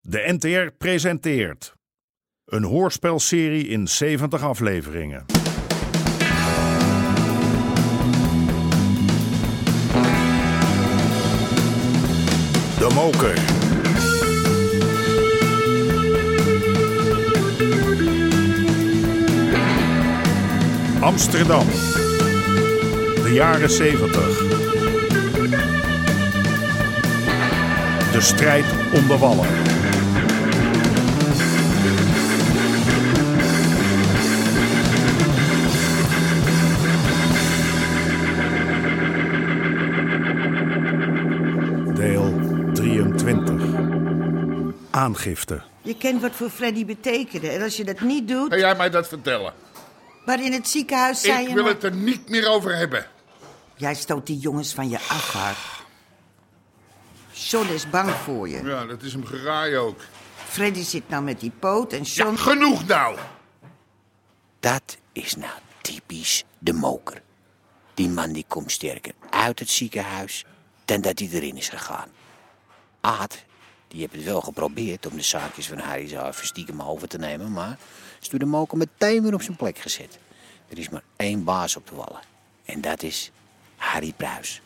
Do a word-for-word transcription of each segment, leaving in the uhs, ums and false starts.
De N T R presenteert een hoorspelserie in zeventig afleveringen. De Moker. Amsterdam. De jaren zeventig. De strijd om de wallen. Deel drieëntwintig. Aangifte. Je kent wat voor Freddy betekende. En als je dat niet doet... Kan jij mij dat vertellen? Maar in het ziekenhuis zei Ik je wil nog... het er niet meer over hebben. Jij stoot die jongens van je af, Hart. John is bang voor je. Ja, dat is hem geraai ook. Freddy zit nou met die poot en John... Ja, genoeg nou! Dat is nou typisch de Moker. Die man die komt sterker uit het ziekenhuis dan dat hij erin is gegaan. Aad, die heeft het wel geprobeerd om de zaakjes van Harry zo even stiekem over te nemen, maar is door de Moker meteen weer op zijn plek gezet. Er is maar één baas op de wallen. En dat is Harry Pruis.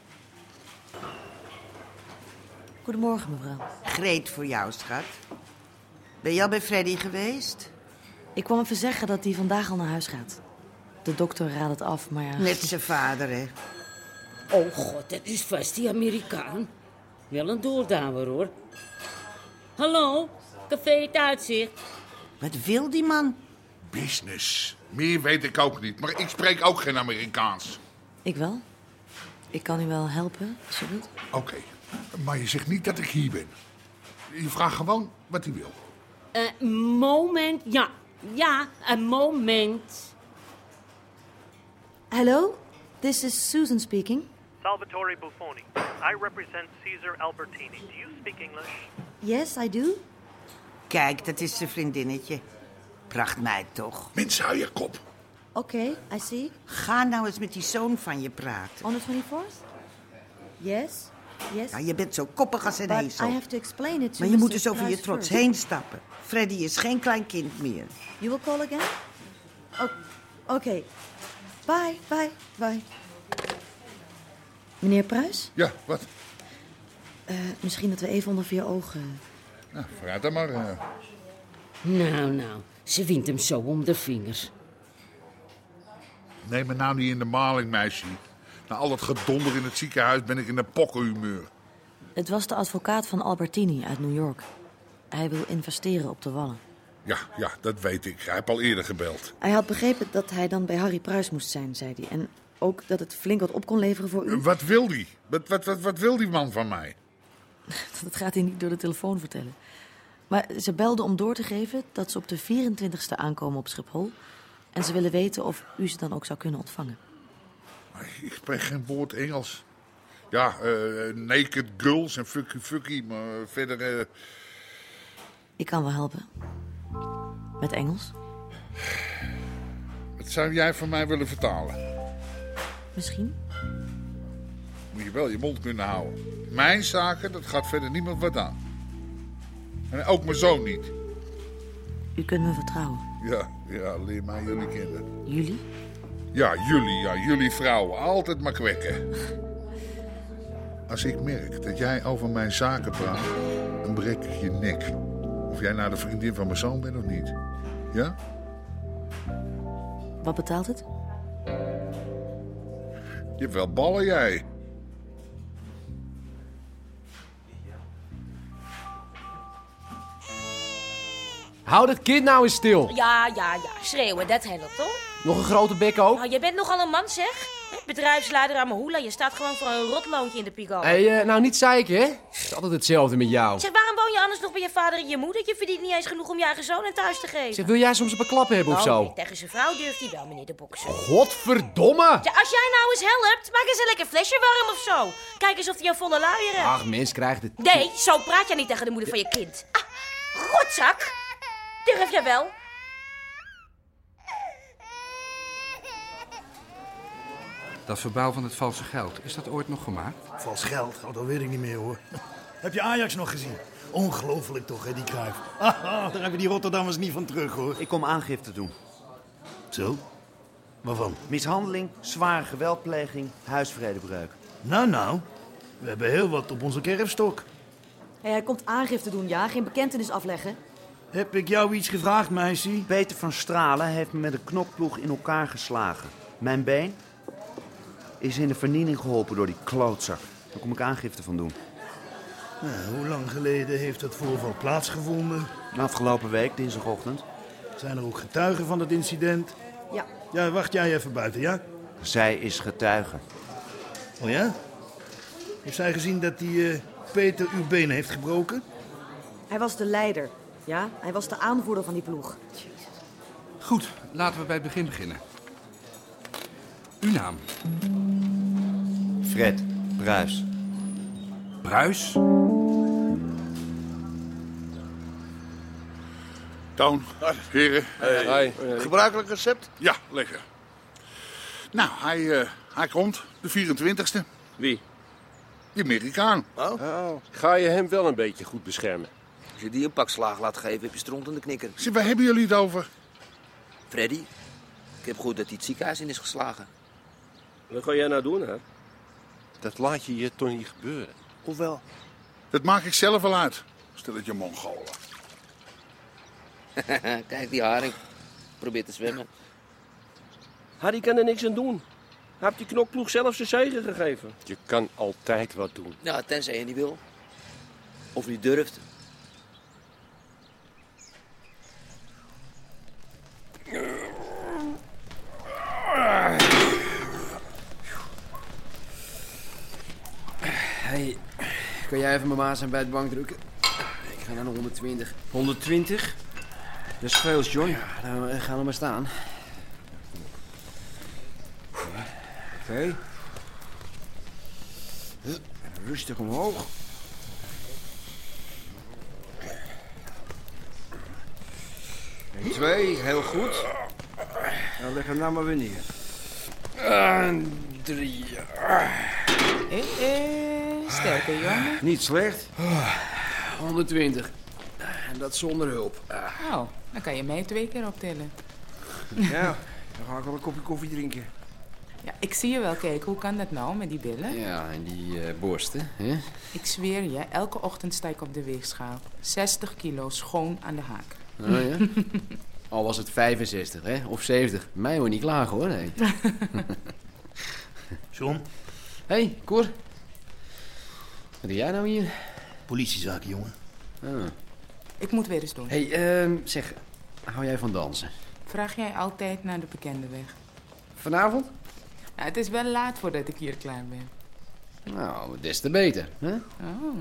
Goedemorgen, mevrouw. Greet voor jou, schat. Ben je al bij Freddy geweest? Ik kwam even zeggen dat hij vandaag al naar huis gaat. De dokter raadt het af, maar ja... Met zijn vader, hè? Oh god, dat is vast die Amerikaan. Wel een doordouwer, hoor. Hallo, café Het Uitzicht. Wat wil die man? Business. Meer weet ik ook niet, maar ik spreek ook geen Amerikaans. Ik wel. Ik kan u wel helpen, als je wilt. Oké, okay. Maar je zegt niet dat ik hier ben. Je vraagt gewoon wat hij wil. Een uh, moment, ja. Ja, een moment. Hello, this is Susan speaking. Salvatore Buffoni. I represent Caesar Albertini. Do you speak English? Yes, I do. Kijk, dat is zijn vriendinnetje. Prachtmeid, toch? Mensen, hou je kop. Oké, okay, I see. Ga nou eens met die zoon van je praten. On the twenty-fourth? Yes, yes. Ja, je bent zo koppig als een But ezel. I have to explain it to Maar je moet mister dus over je Pruis trots first. heen stappen. Freddy is geen klein kind meer. You will call again? Oh, oké. Okay. Bye, bye, bye. Meneer Pruis? Ja, wat? Uh, misschien dat we even onder vier ogen... Nou, vooruit dan maar. Uh... Nou, nou. Ze wint hem zo om de vingers. Neem me nou niet in de maling, meisje. Na al dat gedonder in het ziekenhuis ben ik in een pokkenhumeur. Het was de advocaat van Albertini uit New York. Hij wil investeren op de wallen. Ja, ja, dat weet ik. Hij heeft al eerder gebeld. Hij had begrepen dat hij dan bij Harry Pruis moest zijn, zei hij. En ook dat het flink wat op kon leveren voor u. Wat wil die? Wat, wat, wat, wat wil die man van mij? Dat gaat hij niet door de telefoon vertellen. Maar ze belden om door te geven dat ze op de vierentwintigste aankomen op Schiphol. En ze willen weten of u ze dan ook zou kunnen ontvangen. Ik spreek geen woord Engels. Ja, uh, naked girls en fucky fucky, maar verder... Uh... Ik kan wel helpen. Met Engels. Wat zou jij van mij willen vertalen? Misschien. Moet je wel je mond kunnen houden. Mijn zaken, dat gaat verder niemand wat aan. En ook mijn zoon niet. U kunt me vertrouwen. Ja, ja, leer mij jullie kennen. Jullie? Ja, jullie, ja, jullie vrouwen. Altijd maar kwekken. Als ik merk dat jij over mijn zaken praat, dan breek ik je nek. Of jij nou de vriendin van mijn zoon bent of niet. Ja? Wat betaalt het? Je hebt wel ballen, jij. Hou dat kind nou eens stil. Ja, ja, ja. Schreeuwen, dat helpt, toch? Nog een grote bek ook? Nou, jij bent nogal een man, zeg. Bedrijfsleider aan Mahula. Je staat gewoon voor een rotloontje in de Pico. Hé, hey, uh, nou niet zeiken, hè? Het is altijd hetzelfde met jou. Zeg, waarom woon je anders nog bij je vader en je moeder? Je verdient niet eens genoeg om je eigen zoon een thuis te geven. Zeg, wil jij soms een paar klappen hebben of oh, zo? Nee, tegen zijn vrouw durft hij wel, meneer de Bokser. Godverdomme! Ja, als jij nou eens helpt, maak eens een lekker flesje warm of zo. Kijk eens of hij jou volle luieren. Ach, mens krijgt het... Nee, zo praat jij niet tegen de moeder van je kind. Ah, godzak! Durf jij wel? Dat verbaal van het valse geld, is dat ooit nog gemaakt? Vals geld? Oh, dat weet ik niet meer, hoor. Heb je Ajax nog gezien? Ongelooflijk toch, hè, die Cruijff. Haha, daar hebben die Rotterdammers niet van terug, hoor. Ik kom aangifte doen. Zo? Waarvan? Mishandeling, zware geweldpleging, huisvredebreuk. Nou, nou. We hebben heel wat op onze kerfstok. Hey, hij komt aangifte doen, ja? Geen bekentenis afleggen. Heb ik jou iets gevraagd, meisje? Peter van Stralen heeft me met een knokploeg in elkaar geslagen. Mijn been is in de vernieling geholpen door die klootzak. Daar kom ik aangifte van doen. Nou, hoe lang geleden heeft het voorval plaatsgevonden? Afgelopen week, dinsdagochtend. Zijn er ook getuigen van het incident? Ja. Ja, wacht jij even buiten, ja? Zij is getuige. Oh ja? Heeft zij gezien dat die uh, Peter uw benen heeft gebroken? Hij was de leider, ja? Hij was de aanvoerder van die ploeg. Goed, laten we bij het begin beginnen. Uw naam? Fred Bruis. Bruis? Toon, heren. Hey. Gebruikelijk recept? Ja, lekker. Nou, hij, uh, hij komt, de vierentwintigste. Wie? Die Amerikaan. Oh. oh. Ga je hem wel een beetje goed beschermen? Als je die een pak slaag laat geven, heb je stront in de knikker. Zie, waar hebben jullie het over? Freddy, ik heb gehoord dat hij het ziekenhuis in is geslagen. Wat ga jij nou doen, hè? Dat laat je je toch niet gebeuren. Hoewel? Dat maak ik zelf wel uit. Stel het je Mongolen. Kijk, die haring. Probeert te zwemmen. Harry kan er niks aan doen. Hij heeft die knokploeg zelf zijn zegen gegeven. Je kan altijd wat doen. Ja, tenzij je niet wil. Of niet durft. Hey, kan jij even mijn maas aan bij het bank drukken? Ik ga naar de honderdtwintig. honderdtwintig? Dat is veel, John. Ja, nou, ga er maar staan. Oké. Okay. Rustig omhoog. Eén, twee, heel goed. Nou, leg hem nou maar weer neer. En drie. Eh, eh, sterker, jongen. Niet slecht. honderdtwintig. En dat zonder hulp. Oh, dan kan je mij twee keer optellen. Ja, dan ga ik wel een kopje koffie drinken. Ja, ik zie je wel kijken. Hoe kan dat nou met die billen? Ja, en die uh, borsten, hè? Ik zweer je, elke ochtend sta ik op de weegschaal. zestig kilo schoon aan de haak. Oh ja? Al was het vijfenzestig, hè? Of zeventig. Mij hoor niet klagen, hoor. Nee. John? Hé, hey, Cor. Wat doe jij nou hier? Politiezaken, jongen. Ah. Ik moet weer eens doen. Hé, hey, uh, zeg, hou jij van dansen? Vraag jij altijd naar de bekende weg? Vanavond? Ja, het is wel laat voordat ik hier klaar ben. Nou, des te beter, hè? Oh.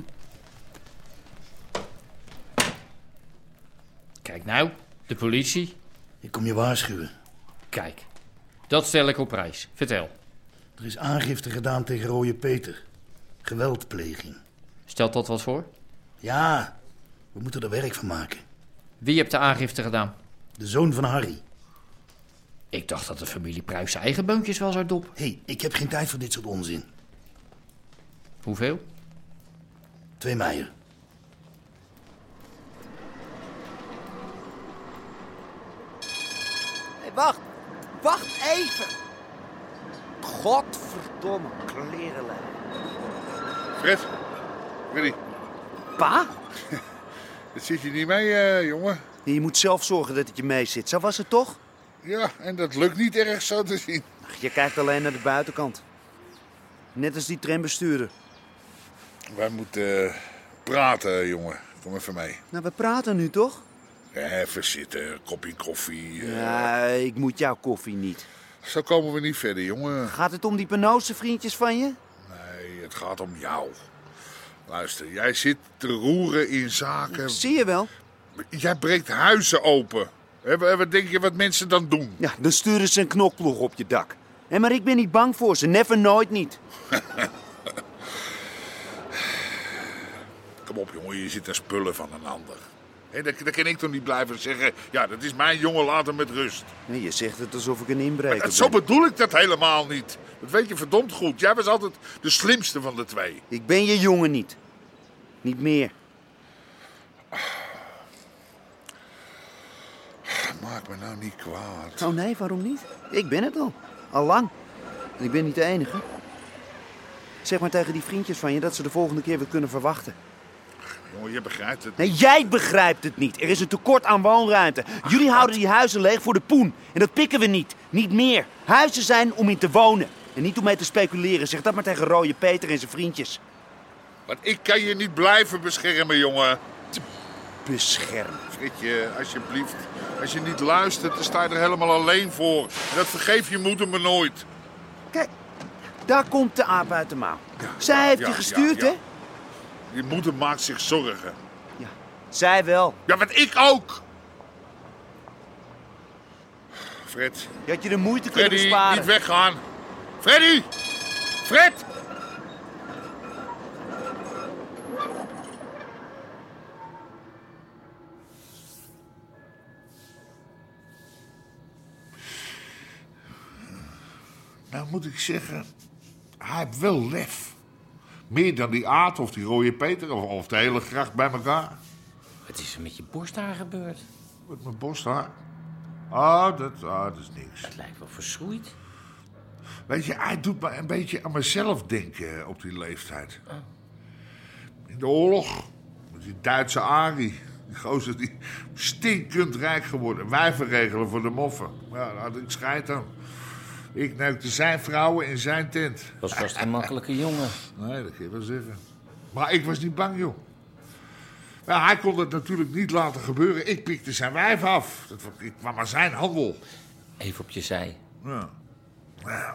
Kijk nou, de politie. Ik kom je waarschuwen. Kijk, dat stel ik op prijs. Vertel. Er is aangifte gedaan tegen Rode Peter. Geweldpleging. Stelt dat wat voor? Ja, we moeten er werk van maken. Wie hebt de aangifte gedaan? De zoon van Harry. Ik dacht dat de familie Pruis zijn eigen boontjes was uit dop. Hé, hey, ik heb geen tijd voor dit soort onzin. Hoeveel? Twee meijer. Hey, wacht. Wacht even. Godverdomme klerenlijn. Fred. Freddy. Pa? Dat zit je niet mee, uh, jongen. Je moet zelf zorgen dat het je mee zit. Zo was het toch? Ja, en dat lukt niet erg zo te zien. Ach, je kijkt alleen naar de buitenkant. Net als die trambestuurder. Wij moeten uh, praten, jongen. Kom even mee. Nou, we praten nu toch? Ja, even zitten, kopje koffie. Uh... Ja, ik moet jouw koffie niet. Zo komen we niet verder, jongen. Gaat het om die Penose vriendjes van je? Nee, het gaat om jou. Luister, jij zit te roeren in zaken... Zie je wel. Jij breekt huizen open. Wat denk je wat mensen dan doen? Ja, dan sturen ze een knokploeg op je dak. En maar ik ben niet bang voor ze. Never, nooit niet. Kom op, jongen. Je zit aan spullen van een ander. He, dan, dan kan ik toch niet blijven zeggen... Ja, dat is mijn jongen, laat hem met rust. Nee, je zegt het alsof ik een inbreker ben. Zo bedoel ik dat helemaal niet. Dat weet je verdomd goed. Jij was altijd de slimste van de twee. Ik ben je jongen niet. Niet meer. maak me nou niet kwaad. Oh nee, waarom niet? Ik ben het al. Al lang. En ik ben niet de enige. Zeg maar tegen die vriendjes van je dat ze de volgende keer weer kunnen verwachten. Jongen, je begrijpt het. Nee, jij begrijpt het niet. Er is een tekort aan woonruimte. Jullie houden die huizen leeg voor de poen. En dat pikken we niet. Niet meer. Huizen zijn om in te wonen. En niet om mee te speculeren. Zeg dat maar tegen Rode Peter en zijn vriendjes. Want ik kan je niet blijven beschermen, jongen. Beschermen? Fritje, alsjeblieft. Als je niet luistert, dan sta je er helemaal alleen voor. En dat vergeef je moeder me nooit. Kijk, daar komt de aap uit de mouw. Ja, Zij heeft ja, je gestuurd, ja, ja. hè? Je moeder maakt zich zorgen. Ja, zij wel. Ja, want ik ook. Fred. Je had je de moeite kunnen Freddy, besparen. niet weggaan. Freddy! Fred! Nou moet ik zeggen, hij heeft wel lef. Meer dan die Aad of die Rode Peter of, of de hele gracht bij elkaar. Wat is er met je borsthaar gebeurd? Met mijn borsthaar? Oh, dat, oh, dat is niks. Het lijkt wel verschroeid. Weet je, hij doet me een beetje aan mezelf denken op die leeftijd. Oh. In de oorlog, met die Duitse Arie. Die gozer die stinkend rijk geworden. Wijven regelen voor de moffen. Ja, daar had ik scheid aan. Ik neukte zijn vrouwen in zijn tent. Was vast een makkelijke jongen. Nee, dat kan je wel zeggen. Maar ik was niet bang, joh. Ja, hij kon het natuurlijk niet laten gebeuren. Ik pikte zijn wijf af. Dat kwam aan zijn handel. Even op je zij. Ja. Ja.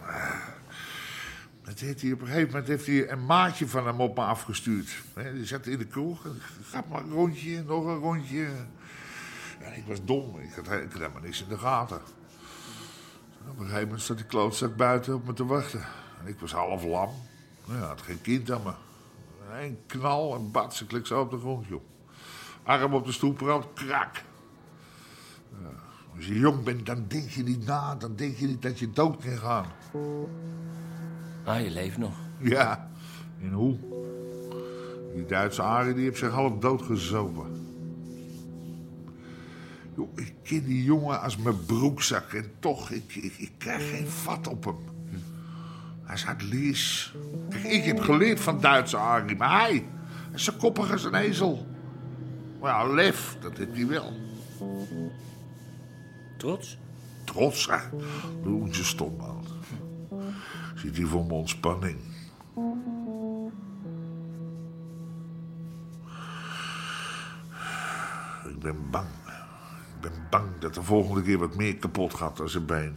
Dat heeft hij, op een gegeven moment heeft hij een maatje van hem op me afgestuurd. Die zat in de kroeg. Ga maar een rondje, nog een rondje. Ja, ik was dom. Ik had, ik had helemaal niks in de gaten. Op een gegeven moment zat die klootzak buiten op me te wachten. En ik was half lam. Ja, had geen kind aan me. Een knal en bats, ik lig zo op de grond, joh. Arm op de stoeprand, krak. Ja, als je jong bent, dan denk je niet na. Dan denk je niet dat je dood kan gaan. Ah, je leeft nog. Ja, en hoe? Die Duitse Arie die heeft zich half doodgezopen. Joh, ik ken die jongen als mijn broekzak en toch, ik, ik, ik krijg geen vat op hem. Hij is hard lees. Kijk, ik heb geleerd van Duitse Arie, maar hij, hij is zo koppig als een ezel. Maar ja, lef, dat heeft hij wel. Trots? Trots, hè? Doen ze stom, man. Ziet hij voor mijn ontspanning. Ik ben bang. Ik ben bang dat de volgende keer wat meer kapot gaat dan zijn been.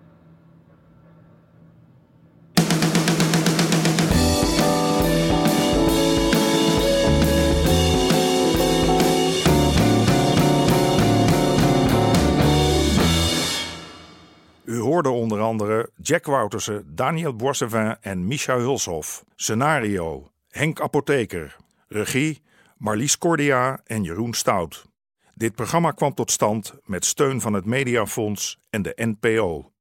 U hoorde onder andere Jack Woutersen, Daniel Boissevin en Misha Hulshoff. Scenario: Henk Apotheker. Regie: Marlies Cordia en Jeroen Stout. Dit programma kwam tot stand met steun van het Mediafonds en de N P O.